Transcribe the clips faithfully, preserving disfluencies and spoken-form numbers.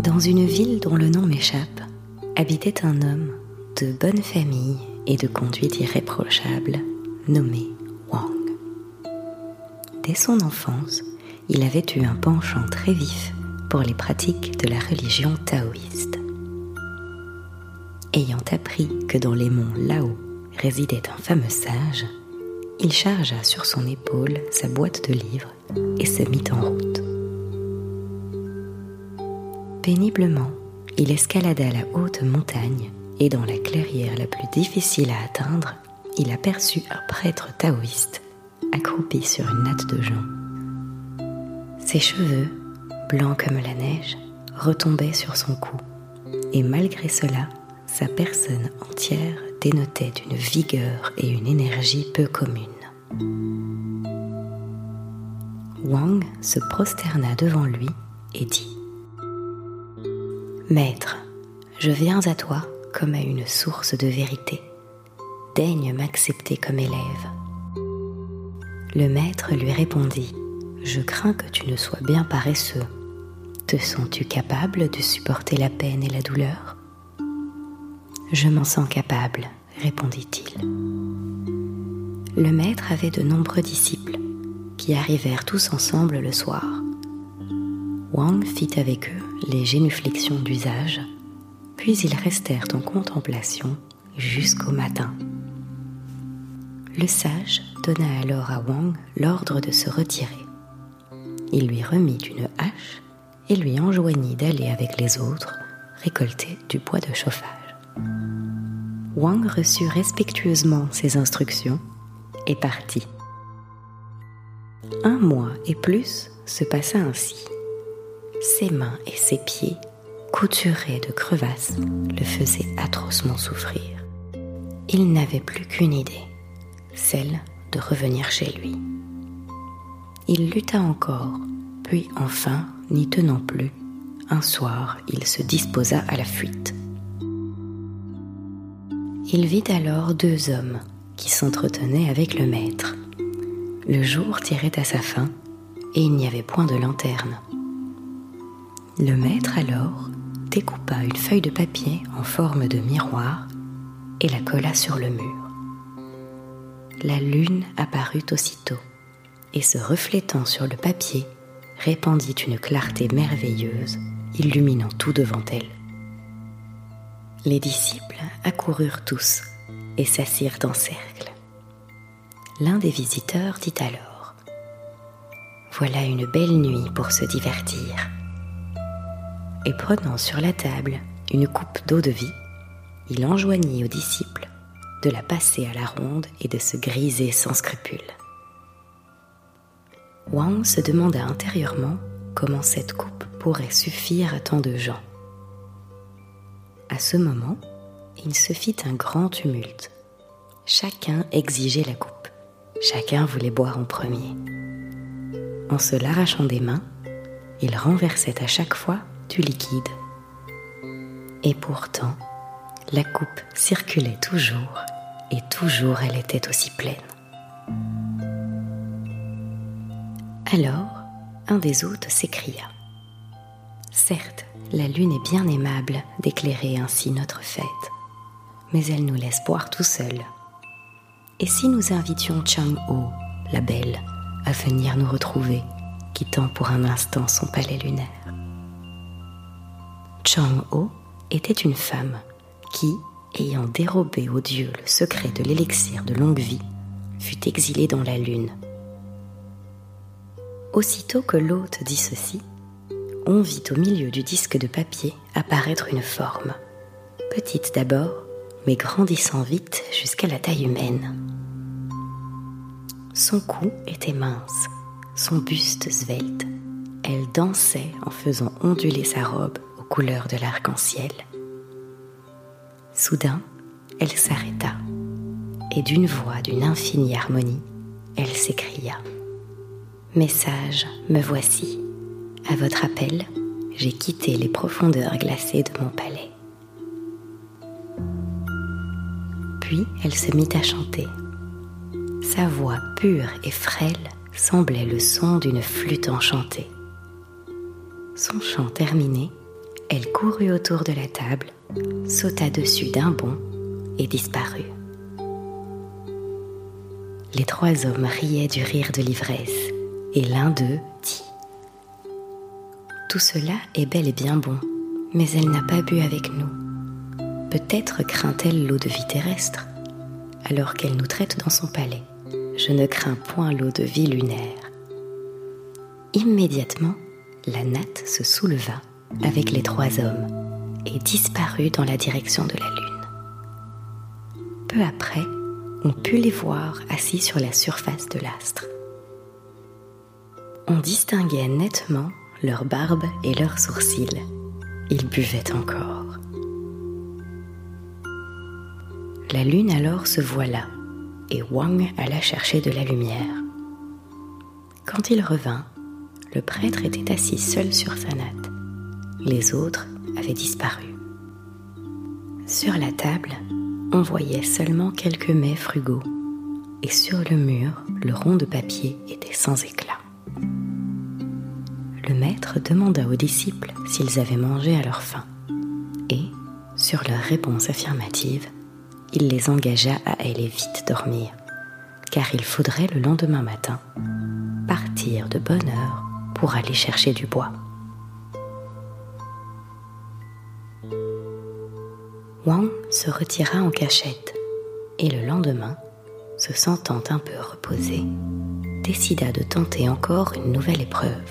Dans une ville dont le nom m'échappe, habitait un homme de bonne famille et de conduite irréprochable, nommé Wang. Dès son enfance, il avait eu un penchant très vif pour les pratiques de la religion taoïste. Ayant appris que dans les monts Lao résidait un fameux sage, il chargea sur son épaule sa boîte de livres et se mit en route. Péniblement, il escalada la haute montagne et dans la clairière la plus difficile à atteindre, il aperçut un prêtre taoïste accroupi sur une natte de jonc. Ses cheveux, blancs comme la neige, retombaient sur son cou et malgré cela, sa personne entière dénotait une vigueur et une énergie peu communes. Wang se prosterna devant lui et dit « Maître, je viens à toi comme à une source de vérité. Daigne m'accepter comme élève. » Le maître lui répondit « Je crains que tu ne sois bien paresseux. Te sens-tu capable de supporter la peine et la douleur ?»« Je m'en sens capable, » répondit-il. Le maître avait de nombreux disciples qui arrivèrent tous ensemble le soir. Wang fit avec eux les génuflexions d'usage, puis ils restèrent en contemplation jusqu'au matin. Le sage donna alors à Wang l'ordre de se retirer. Il lui remit une hache et lui enjoignit d'aller avec les autres récolter du bois de chauffage. Wang reçut respectueusement ces instructions et partit. Un mois et plus se passa ainsi. Ses mains et ses pieds, couturés de crevasses, le faisaient atrocement souffrir. Il n'avait plus qu'une idée, celle de revenir chez lui. Il lutta encore, puis enfin, n'y tenant plus, un soir, il se disposa à la fuite. Il vit alors deux hommes qui s'entretenaient avec le maître. Le jour tirait à sa fin et il n'y avait point de lanterne. Le maître alors découpa une feuille de papier en forme de miroir et la colla sur le mur. La lune apparut aussitôt et se reflétant sur le papier, répandit une clarté merveilleuse, illuminant tout devant elle. Les disciples accoururent tous et s'assirent en cercle. L'un des visiteurs dit alors « Voilà une belle nuit pour se divertir. » Et prenant sur la table une coupe d'eau-de-vie, il enjoignit aux disciples de la passer à la ronde et de se griser sans scrupule. Wang se demanda intérieurement comment cette coupe pourrait suffire à tant de gens. À ce moment, il se fit un grand tumulte. Chacun exigeait la coupe, chacun voulait boire en premier. En se l'arrachant des mains, il renversait à chaque fois du liquide. Et pourtant, la coupe circulait toujours, et toujours elle était aussi pleine. Alors, un des hôtes s'écria « Certes, la lune est bien aimable d'éclairer ainsi notre fête, mais elle nous laisse boire tout seul. Et si nous invitions Chang-Ho, la belle, à venir nous retrouver, quittant pour un instant son palais lunaire ?» Chang-Ho était une femme qui, ayant dérobé aux dieux le secret de l'élixir de longue vie, fut exilée dans la lune. Aussitôt que l'hôte dit ceci, on vit au milieu du disque de papier apparaître une forme, petite d'abord, mais grandissant vite jusqu'à la taille humaine. Son cou était mince, son buste svelte. Elle dansait en faisant onduler sa robe aux couleurs de l'arc-en-ciel. Soudain, elle s'arrêta, et d'une voix d'une infinie harmonie, elle s'écria « Message, me voici. À votre appel, j'ai quitté les profondeurs glacées de mon palais. » Puis elle se mit à chanter. Sa voix pure et frêle semblait le son d'une flûte enchantée. Son chant terminé, Elle courut autour de la table, sauta dessus d'un bond et disparut. Les trois hommes riaient du rire de l'ivresse, et l'un d'eux dit « Tout cela est bel et bien bon, mais elle n'a pas bu avec nous. Peut-être craint-elle l'eau de vie terrestre, alors qu'elle nous traite dans son palais. Je ne crains point l'eau de vie lunaire. » Immédiatement, la natte se souleva avec les trois hommes et disparut dans la direction de la lune. Peu après, on put les voir assis sur la surface de l'astre. On distinguait nettement leurs barbes et leurs sourcils. Ils buvaient encore. La lune alors se voila et Wang alla chercher de la lumière. Quand il revint, le prêtre était assis seul sur sa natte. Les autres avaient disparu. Sur la table, on voyait seulement quelques mets frugaux, et sur le mur, le rond de papier était sans éclat. Le maître demanda aux disciples s'ils avaient mangé à leur faim, et, sur leur réponse affirmative, il les engagea à aller vite dormir, car il faudrait le lendemain matin partir de bonne heure pour aller chercher du bois. Wang se retira en cachette et le lendemain, se sentant un peu reposé, décida de tenter encore une nouvelle épreuve.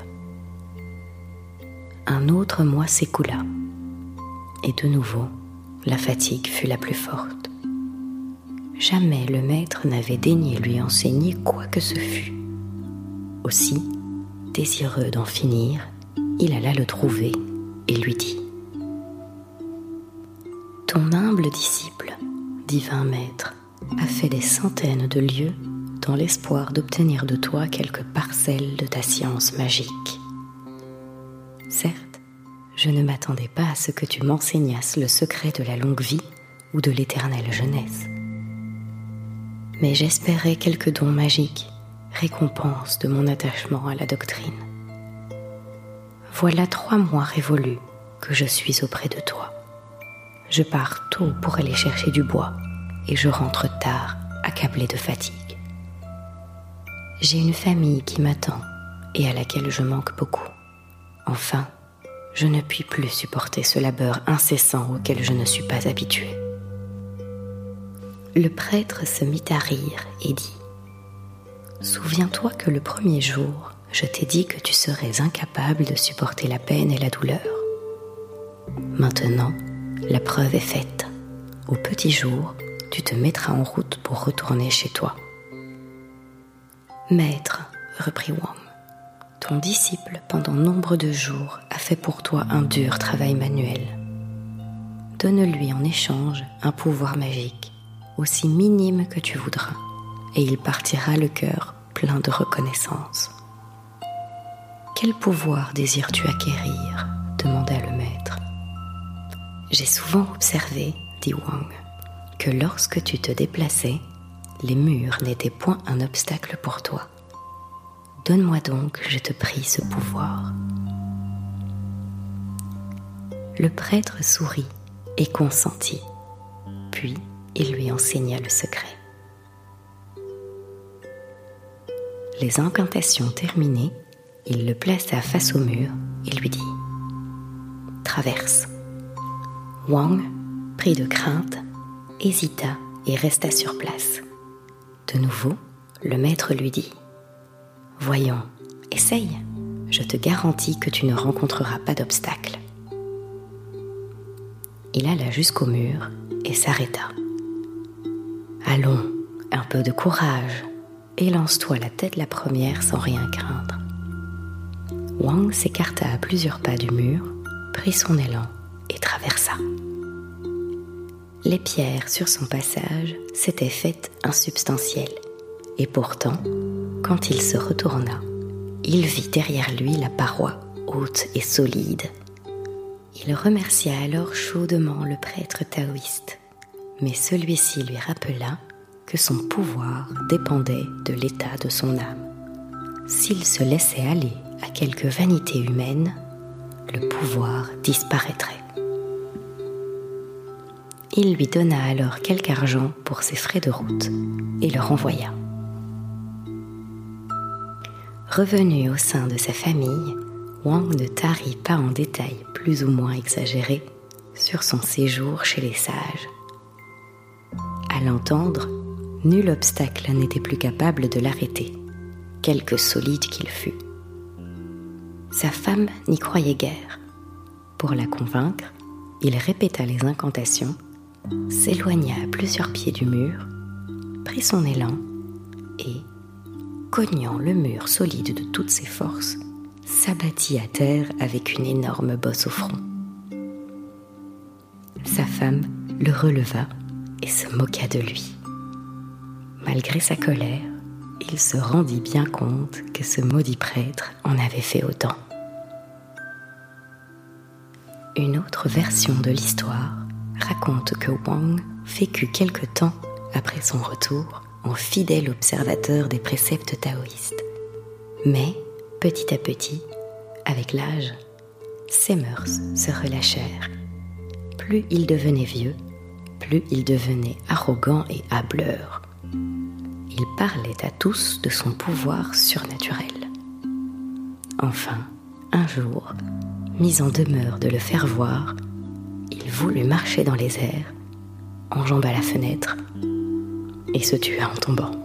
Un autre mois s'écoula et de nouveau, la fatigue fut la plus forte. Jamais le maître n'avait daigné lui enseigner quoi que ce fût. Aussi, désireux d'en finir, il alla le trouver et lui dit « Ton humble disciple, divin maître, a fait des centaines de lieues dans l'espoir d'obtenir de toi quelques parcelles de ta science magique. Certes, je ne m'attendais pas à ce que tu m'enseignasses le secret de la longue vie ou de l'éternelle jeunesse. Mais j'espérais quelques dons magiques, récompense de mon attachement à la doctrine. Voilà trois mois révolus que je suis auprès de toi. Je pars tôt pour aller chercher du bois et je rentre tard, accablé de fatigue. J'ai une famille qui m'attend et à laquelle je manque beaucoup. Enfin, je ne puis plus supporter ce labeur incessant auquel je ne suis pas habitué. » Le prêtre se mit à rire et dit « Souviens-toi que le premier jour, je t'ai dit que tu serais incapable de supporter la peine et la douleur. Maintenant, la preuve est faite. Au petit jour, tu te mettras en route pour retourner chez toi. »« Maître, reprit Wang, ton disciple pendant nombre de jours a fait pour toi un dur travail manuel. Donne-lui en échange un pouvoir magique, aussi minime que tu voudras, et il partira le cœur plein de reconnaissance. »« Quel pouvoir désires-tu acquérir ?» demanda le maître. « J'ai souvent observé, dit Wang, que lorsque tu te déplaçais, les murs n'étaient point un obstacle pour toi. Donne-moi donc, je te prie, ce pouvoir. » Le prêtre sourit et consentit, puis il lui enseigna le secret. Les incantations terminées, il le plaça face au mur et lui dit « Traverse. » Wang, pris de crainte, hésita et resta sur place. De nouveau, le maître lui dit « Voyons, essaye, je te garantis que tu ne rencontreras pas d'obstacle. » Il alla jusqu'au mur et s'arrêta. « Allons, un peu de courage, et lance-toi la tête la première sans rien craindre. » Wang s'écarta à plusieurs pas du mur, prit son élan et traversa. Les pierres sur son passage s'étaient faites insubstantielles, et pourtant, quand il se retourna, il vit derrière lui la paroi haute et solide. Il remercia alors chaudement le prêtre taoïste, mais celui-ci lui rappela que son pouvoir dépendait de l'état de son âme. S'il se laissait aller à quelque vanité humaine, le pouvoir disparaîtrait. Il lui donna alors quelque argent pour ses frais de route et le renvoya. Revenu au sein de sa famille, Wang ne tarit pas en détails plus ou moins exagérés sur son séjour chez les sages. À l'entendre, nul obstacle n'était plus capable de l'arrêter, quelque solide qu'il fût. Sa femme n'y croyait guère. Pour la convaincre, il répéta les incantations, s'éloigna à plusieurs pieds du mur, prit son élan et, cognant le mur solide de toutes ses forces, s'abattit à terre avec une énorme bosse au front. Sa femme le releva et se moqua de lui. Malgré sa colère, il se rendit bien compte que ce maudit prêtre en avait fait autant. Une autre version de l'histoire raconte que Wang vécut quelque temps après son retour en fidèle observateur des préceptes taoïstes. Mais, petit à petit, avec l'âge, ses mœurs se relâchèrent. Plus il devenait vieux, plus il devenait arrogant et hâbleur. Il parlait à tous de son pouvoir surnaturel. Enfin, un jour, mis en demeure de le faire voir, il voulut marcher dans les airs, enjamba la fenêtre et se tua en tombant.